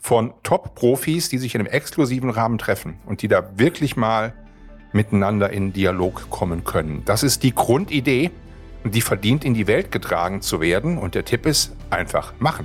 von Top-Profis, die sich in einem exklusiven Rahmen treffen und die da wirklich mal miteinander in Dialog kommen können. Das ist die Grundidee und die verdient in die Welt getragen zu werden. Und der Tipp ist, einfach machen.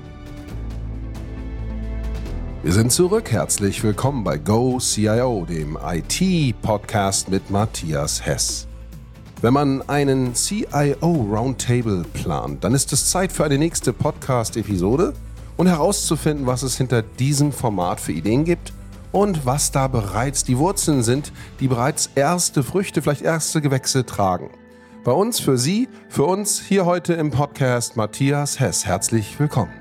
Wir sind zurück. Herzlich willkommen bei Go CIO, dem IT-Podcast mit Matthias Hess. Wenn man einen CIO Roundtable plant, dann ist es Zeit für eine nächste Podcast-Episode und herauszufinden, was es hinter diesem Format für Ideen gibt und was da bereits die Wurzeln sind, die bereits erste Früchte, vielleicht erste Gewächse tragen. Bei uns, für Sie, für uns hier heute im Podcast Matthias Hess. Herzlich willkommen.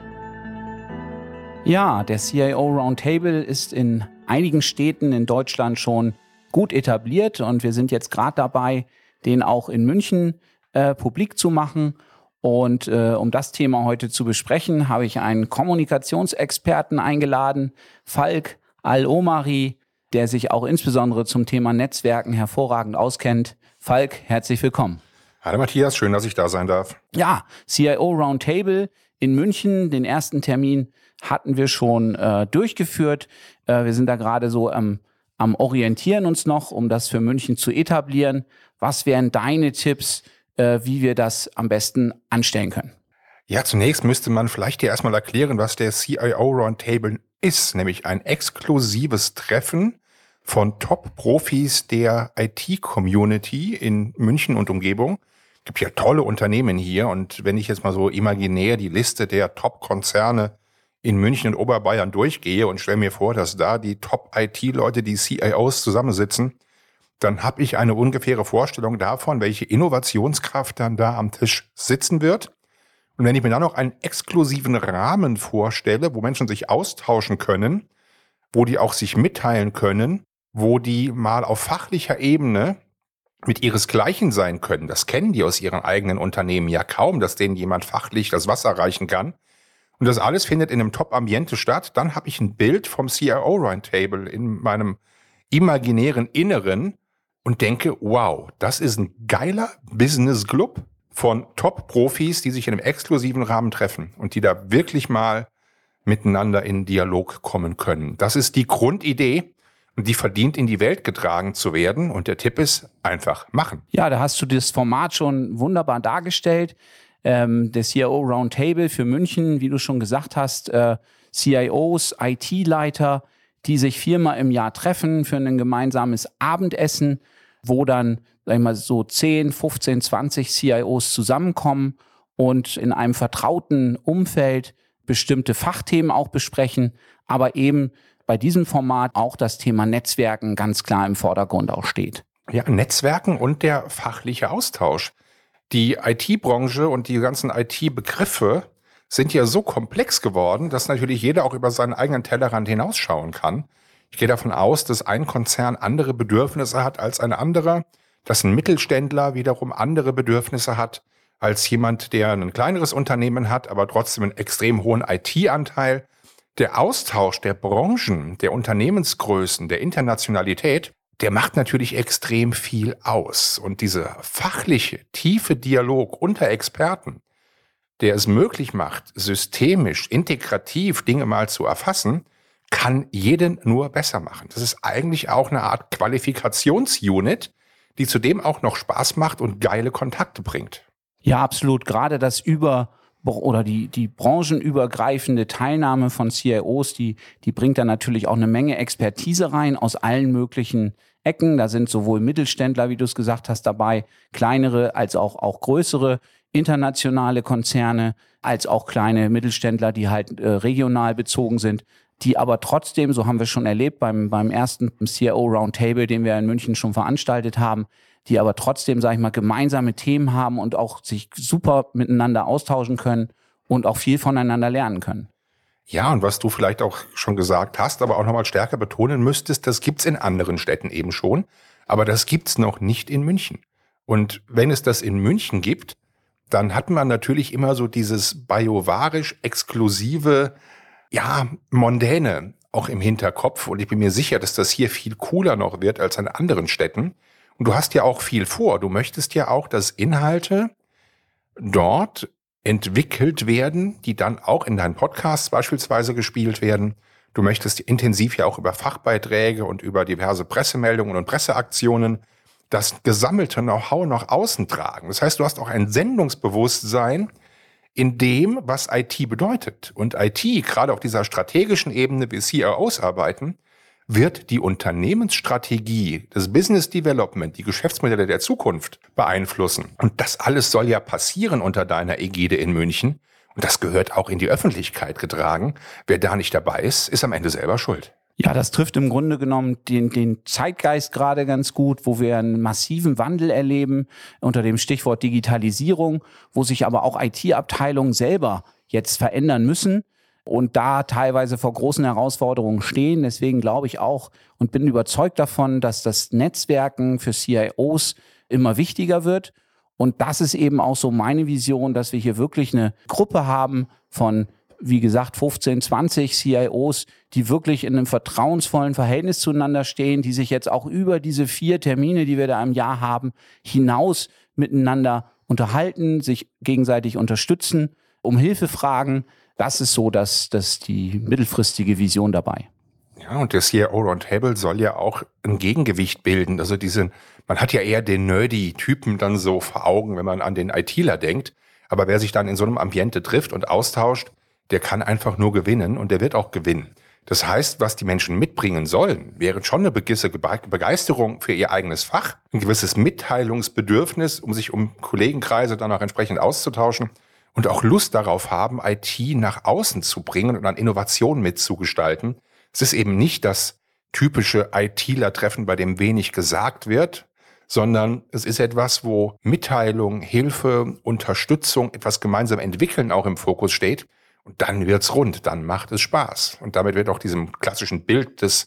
Ja, der CIO Roundtable ist in einigen Städten in Deutschland schon gut etabliert und wir sind jetzt gerade dabei, den auch in München publik zu machen. Und um das Thema heute zu besprechen, habe ich einen Kommunikationsexperten eingeladen, Falk Al-Omari, der sich auch insbesondere zum Thema Netzwerken hervorragend auskennt. Falk, herzlich willkommen. Hallo Matthias, schön, dass ich da sein darf. Ja, CIO Roundtable in München, den ersten Termin hatten wir schon durchgeführt. Wir sind da gerade so am Orientieren uns noch, um das für München zu etablieren. Was wären deine Tipps, wie wir das am besten anstellen können? Ja, zunächst müsste man vielleicht dir erstmal erklären, was der CIO Roundtable ist, nämlich ein exklusives Treffen von Top-Profis der IT-Community in München und Umgebung. Es gibt ja tolle Unternehmen hier und wenn ich jetzt mal so imaginär die Liste der Top-Konzerne in München und Oberbayern durchgehe und stelle mir vor, dass da die Top-IT-Leute, die CIOs zusammensitzen, dann habe ich eine ungefähre Vorstellung davon, welche Innovationskraft dann da am Tisch sitzen wird. Und wenn ich mir dann noch einen exklusiven Rahmen vorstelle, wo Menschen sich austauschen können, wo die auch sich mitteilen können, wo die mal auf fachlicher Ebene mit ihresgleichen sein können, das kennen die aus ihren eigenen Unternehmen ja kaum, dass denen jemand fachlich das Wasser reichen kann. Und das alles findet in einem Top-Ambiente statt. Dann habe ich ein Bild vom CIO Roundtable in meinem imaginären Inneren und denke, wow, das ist ein geiler Business-Club von Top-Profis, die sich in einem exklusiven Rahmen treffen und die da wirklich mal miteinander in Dialog kommen können. Das ist die Grundidee und die verdient in die Welt getragen zu werden. Und der Tipp ist, einfach machen. Ja, da hast du das Format schon wunderbar dargestellt. Der CIO Roundtable für München, wie du schon gesagt hast, CIOs, IT-Leiter, die sich 4-mal im Jahr treffen für ein gemeinsames Abendessen, wo dann, sag ich mal, so 10, 15, 20 CIOs zusammenkommen und in einem vertrauten Umfeld bestimmte Fachthemen auch besprechen, aber eben bei diesem Format auch das Thema Netzwerken ganz klar im Vordergrund auch steht. Ja, Netzwerken und der fachliche Austausch. Die IT-Branche und die ganzen IT-Begriffe sind ja so komplex geworden, dass natürlich jeder auch über seinen eigenen Tellerrand hinausschauen kann. Ich gehe davon aus, dass ein Konzern andere Bedürfnisse hat als ein anderer, dass ein Mittelständler wiederum andere Bedürfnisse hat als jemand, der ein kleineres Unternehmen hat, aber trotzdem einen extrem hohen IT-Anteil. Der Austausch der Branchen, der Unternehmensgrößen, der Internationalität, der macht natürlich extrem viel aus. Und dieser fachliche, tiefe Dialog unter Experten, der es möglich macht, systemisch, integrativ Dinge mal zu erfassen, kann jeden nur besser machen. Das ist eigentlich auch eine Art Qualifikationsunit, die zudem auch noch Spaß macht und geile Kontakte bringt. Ja, absolut. Gerade das die branchenübergreifende Teilnahme von CIOs, die bringt dann natürlich auch eine Menge Expertise rein aus allen möglichen Ecken. Da sind sowohl Mittelständler, wie du es gesagt hast, dabei, kleinere als auch größere internationale Konzerne, als auch kleine Mittelständler, die halt regional bezogen sind, die aber trotzdem, so haben wir schon erlebt beim ersten CIO Roundtable, den wir in München schon veranstaltet haben, die aber trotzdem, sage ich mal, gemeinsame Themen haben und auch sich super miteinander austauschen können und auch viel voneinander lernen können. Ja, und was du vielleicht auch schon gesagt hast, aber auch nochmal stärker betonen müsstest, das gibt's in anderen Städten eben schon, aber das gibt's noch nicht in München. Und wenn es das in München gibt, dann hat man natürlich immer so dieses biovarisch exklusive, ja, mondäne auch im Hinterkopf. Und ich bin mir sicher, dass das hier viel cooler noch wird als an anderen Städten. Und du hast ja auch viel vor. Du möchtest ja auch, dass Inhalte dort entwickelt werden, die dann auch in deinen Podcasts beispielsweise gespielt werden. Du möchtest intensiv ja auch über Fachbeiträge und über diverse Pressemeldungen und Presseaktionen das gesammelte Know-how nach außen tragen. Das heißt, du hast auch ein Sendungsbewusstsein in dem, was IT bedeutet. Und IT, gerade auf dieser strategischen Ebene, wie CIOs arbeiten, wird die Unternehmensstrategie, das Business Development, die Geschäftsmodelle der Zukunft beeinflussen. Und das alles soll ja passieren unter deiner Ägide in München. Und das gehört auch in die Öffentlichkeit getragen. Wer da nicht dabei ist, ist am Ende selber schuld. Ja, das trifft im Grunde genommen den Zeitgeist gerade ganz gut, wo wir einen massiven Wandel erleben unter dem Stichwort Digitalisierung, wo sich aber auch IT-Abteilungen selber jetzt verändern müssen und da teilweise vor großen Herausforderungen stehen. Deswegen glaube ich auch und bin überzeugt davon, dass das Netzwerken für CIOs immer wichtiger wird. Und das ist eben auch so meine Vision, dass wir hier wirklich eine Gruppe haben von, wie gesagt, 15, 20 CIOs, die wirklich in einem vertrauensvollen Verhältnis zueinander stehen, die sich jetzt auch über diese 4 Termine, die wir da im Jahr haben, hinaus miteinander unterhalten, sich gegenseitig unterstützen, um Hilfe fragen. Das ist so dass die mittelfristige Vision dabei. Ja, und der CIO Roundtable soll ja auch ein Gegengewicht bilden. Also man hat ja eher den Nerdy-Typen dann so vor Augen, wenn man an den ITler denkt. Aber wer sich dann in so einem Ambiente trifft und austauscht, der kann einfach nur gewinnen und der wird auch gewinnen. Das heißt, was die Menschen mitbringen sollen, wäre schon eine gewisse Begeisterung für ihr eigenes Fach, ein gewisses Mitteilungsbedürfnis, um sich um Kollegenkreise dann auch entsprechend auszutauschen und auch Lust darauf haben, IT nach außen zu bringen und an Innovationen mitzugestalten. Es ist eben nicht das typische ITler-Treffen, bei dem wenig gesagt wird, sondern es ist etwas, wo Mitteilung, Hilfe, Unterstützung, etwas gemeinsam entwickeln auch im Fokus steht. Und dann wird's rund, dann macht es Spaß. Und damit wird auch diesem klassischen Bild des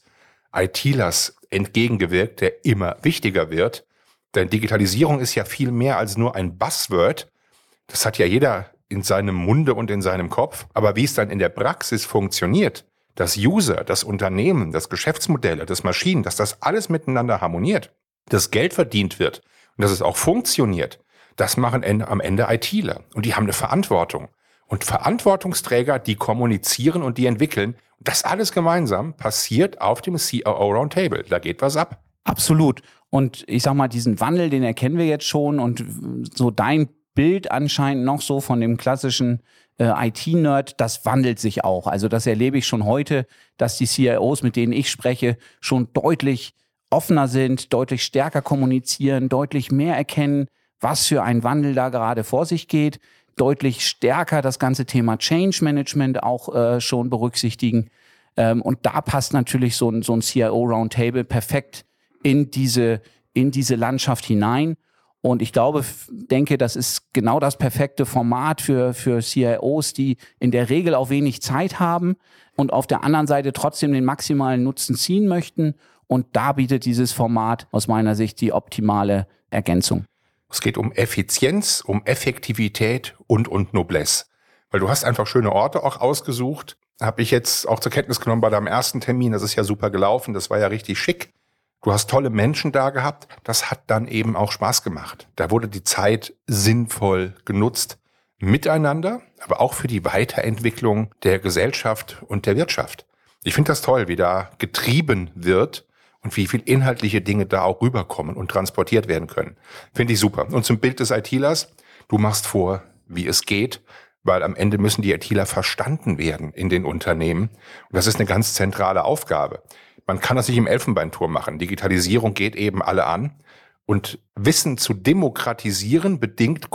ITlers entgegengewirkt, der immer wichtiger wird. Denn Digitalisierung ist ja viel mehr als nur ein Buzzword. Das hat ja jeder in seinem Munde und in seinem Kopf. Aber wie es dann in der Praxis funktioniert, dass User, das Unternehmen, das Geschäftsmodelle, das Maschinen, dass das alles miteinander harmoniert, dass Geld verdient wird und dass es auch funktioniert, das machen am Ende ITler. Und die haben eine Verantwortung. Und Verantwortungsträger, die kommunizieren und die entwickeln. Und das alles gemeinsam passiert auf dem CIO Roundtable. Da geht was ab. Absolut. Und ich sag mal, diesen Wandel, den erkennen wir jetzt schon. Und so dein Bild anscheinend noch so von dem klassischen IT-Nerd, das wandelt sich auch. Also das erlebe ich schon heute, dass die CIOs, mit denen ich spreche, schon deutlich offener sind, deutlich stärker kommunizieren, deutlich mehr erkennen, was für ein Wandel da gerade vor sich geht, deutlich stärker das ganze Thema Change Management auch schon berücksichtigen. Und da passt natürlich so ein CIO Roundtable perfekt in diese Landschaft hinein. Und ich denke, das ist genau das perfekte Format für CIOs, die in der Regel auch wenig Zeit haben und auf der anderen Seite trotzdem den maximalen Nutzen ziehen möchten. Und da bietet dieses Format aus meiner Sicht die optimale Ergänzung. Es geht um Effizienz, um Effektivität und Noblesse. Weil du hast einfach schöne Orte auch ausgesucht. Habe ich jetzt auch zur Kenntnis genommen bei deinem ersten Termin. Das ist ja super gelaufen. Das war ja richtig schick. Du hast tolle Menschen da gehabt. Das hat dann eben auch Spaß gemacht. Da wurde die Zeit sinnvoll genutzt. Miteinander, aber auch für die Weiterentwicklung der Gesellschaft und der Wirtschaft. Ich finde das toll, wie da getrieben wird. Und wie viel inhaltliche Dinge da auch rüberkommen und transportiert werden können. Finde ich super. Und zum Bild des ITlers, du machst vor, wie es geht, weil am Ende müssen die ITler verstanden werden in den Unternehmen. Und das ist eine ganz zentrale Aufgabe. Man kann das nicht im Elfenbeinturm machen. Digitalisierung geht eben alle an. Und Wissen zu demokratisieren bedingt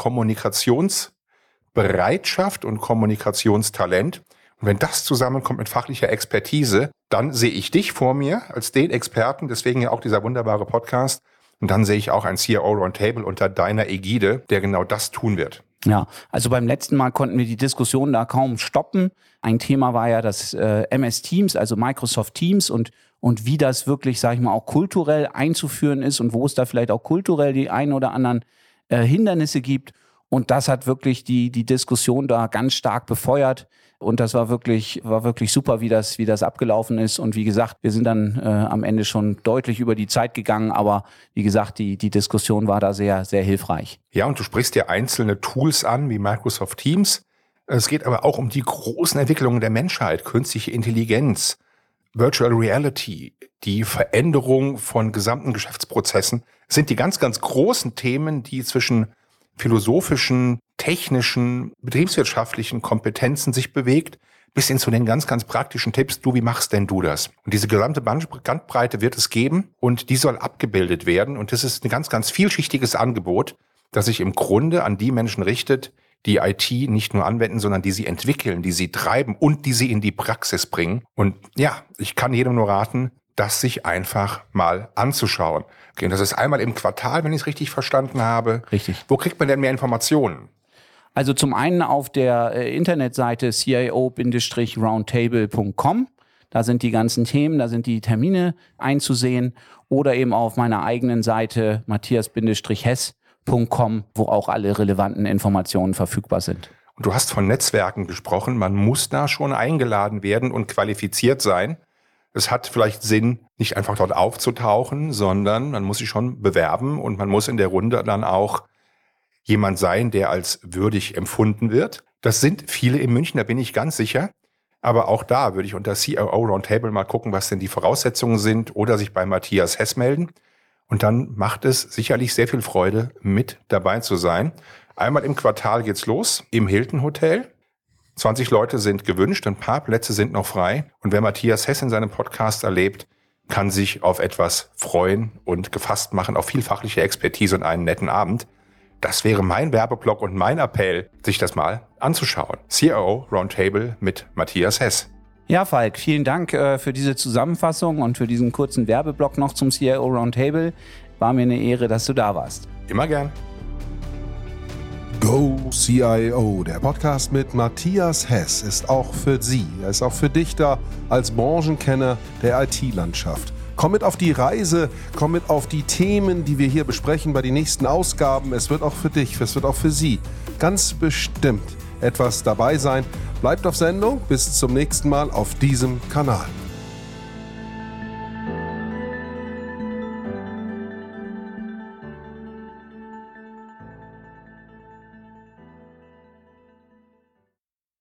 Kommunikationsbereitschaft und Kommunikationstalent. Und wenn das zusammenkommt mit fachlicher Expertise, dann sehe ich dich vor mir als den Experten, deswegen ja auch dieser wunderbare Podcast. Und dann sehe ich auch ein CIO Roundtable unter deiner Ägide, der genau das tun wird. Ja, also beim letzten Mal konnten wir die Diskussion da kaum stoppen. Ein Thema war ja das MS Teams, also Microsoft Teams und wie das wirklich, sage ich mal, auch kulturell einzuführen ist und wo es da vielleicht auch kulturell die ein oder anderen Hindernisse gibt. Und das hat wirklich die Diskussion da ganz stark befeuert. Und das war wirklich super, wie das abgelaufen ist. Und wie gesagt, wir sind dann am Ende schon deutlich über die Zeit gegangen. Aber wie gesagt, die Diskussion war da sehr, sehr hilfreich. Ja, und du sprichst ja einzelne Tools an, wie Microsoft Teams. Es geht aber auch um die großen Entwicklungen der Menschheit, künstliche Intelligenz, Virtual Reality, die Veränderung von gesamten Geschäftsprozessen sind die ganz, ganz großen Themen, die zwischen philosophischen, technischen, betriebswirtschaftlichen Kompetenzen sich bewegt, bis hin zu den ganz, ganz praktischen Tipps. Wie machst denn du das? Und diese gesamte Bandbreite wird es geben und die soll abgebildet werden. Und das ist ein ganz, ganz vielschichtiges Angebot, das sich im Grunde an die Menschen richtet, die IT nicht nur anwenden, sondern die sie entwickeln, die sie treiben und die sie in die Praxis bringen. Und ja, ich kann jedem nur raten, das sich einfach mal anzuschauen. Okay, und das ist einmal im Quartal, wenn ich es richtig verstanden habe. Richtig. Wo kriegt man denn mehr Informationen? Also zum einen auf der Internetseite cio-roundtable.com. Da sind die ganzen Themen, da sind die Termine einzusehen. Oder eben auf meiner eigenen Seite matthias-hess.com, wo auch alle relevanten Informationen verfügbar sind. Und du hast von Netzwerken gesprochen. Man muss da schon eingeladen werden und qualifiziert sein. Es hat vielleicht Sinn, nicht einfach dort aufzutauchen, sondern man muss sich schon bewerben und man muss in der Runde dann auch jemand sein, der als würdig empfunden wird. Das sind viele in München, da bin ich ganz sicher. Aber auch da würde ich unter CIO Roundtable mal gucken, was denn die Voraussetzungen sind oder sich bei Matthias Hess melden. Und dann macht es sicherlich sehr viel Freude, mit dabei zu sein. Einmal im Quartal geht's los im Hilton Hotel. 20 Leute sind gewünscht, ein paar Plätze sind noch frei. Und wer Matthias Hess in seinem Podcast erlebt, kann sich auf etwas freuen und gefasst machen, auf viel fachliche Expertise und einen netten Abend. Das wäre mein Werbeblock und mein Appell, sich das mal anzuschauen. CIO Roundtable mit Matthias Hess. Ja, Falk, vielen Dank für diese Zusammenfassung und für diesen kurzen Werbeblock noch zum CIO Roundtable. War mir eine Ehre, dass du da warst. Immer gern. Go CIO, der Podcast mit Matthias Hess, ist auch für Sie, er ist auch für dich da als Branchenkenner der IT-Landschaft. Komm mit auf die Reise, komm mit auf die Themen, die wir hier besprechen bei den nächsten Ausgaben. Es wird auch für dich, es wird auch für Sie ganz bestimmt etwas dabei sein. Bleibt auf Sendung, bis zum nächsten Mal auf diesem Kanal.